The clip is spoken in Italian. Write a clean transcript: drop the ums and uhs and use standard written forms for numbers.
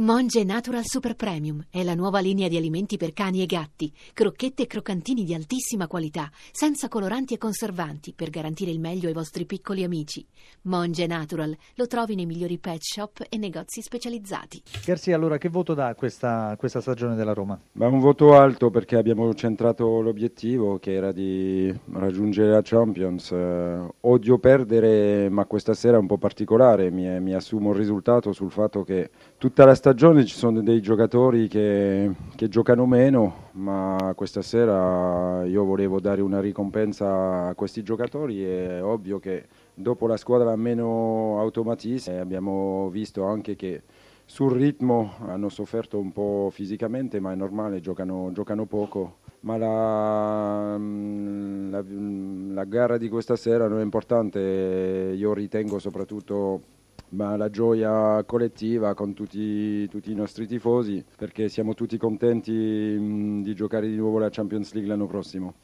Monge Natural Super Premium è la nuova linea di alimenti per cani e gatti, crocchette e croccantini di altissima qualità, senza coloranti e conservanti, per garantire il meglio ai vostri piccoli amici. Monge Natural lo trovi nei migliori pet shop e negozi specializzati. Garcia, allora che voto dà questa stagione della Roma? Ma un voto alto, perché abbiamo centrato l'obiettivo, che era di raggiungere la Champions. Odio perdere, ma questa sera è un po' particolare, mi assumo il risultato sul fatto che tutta la stagione ci sono dei giocatori che giocano meno, ma questa sera io volevo dare una ricompensa a questi giocatori. È ovvio che dopo la squadra ha meno automatismi, abbiamo visto anche che sul ritmo hanno sofferto un po' fisicamente, ma è normale, giocano poco. Ma la gara di questa sera non è importante, io ritengo soprattutto la gioia collettiva con tutti i nostri tifosi, perché siamo tutti contenti di giocare di nuovo la Champions League l'anno prossimo.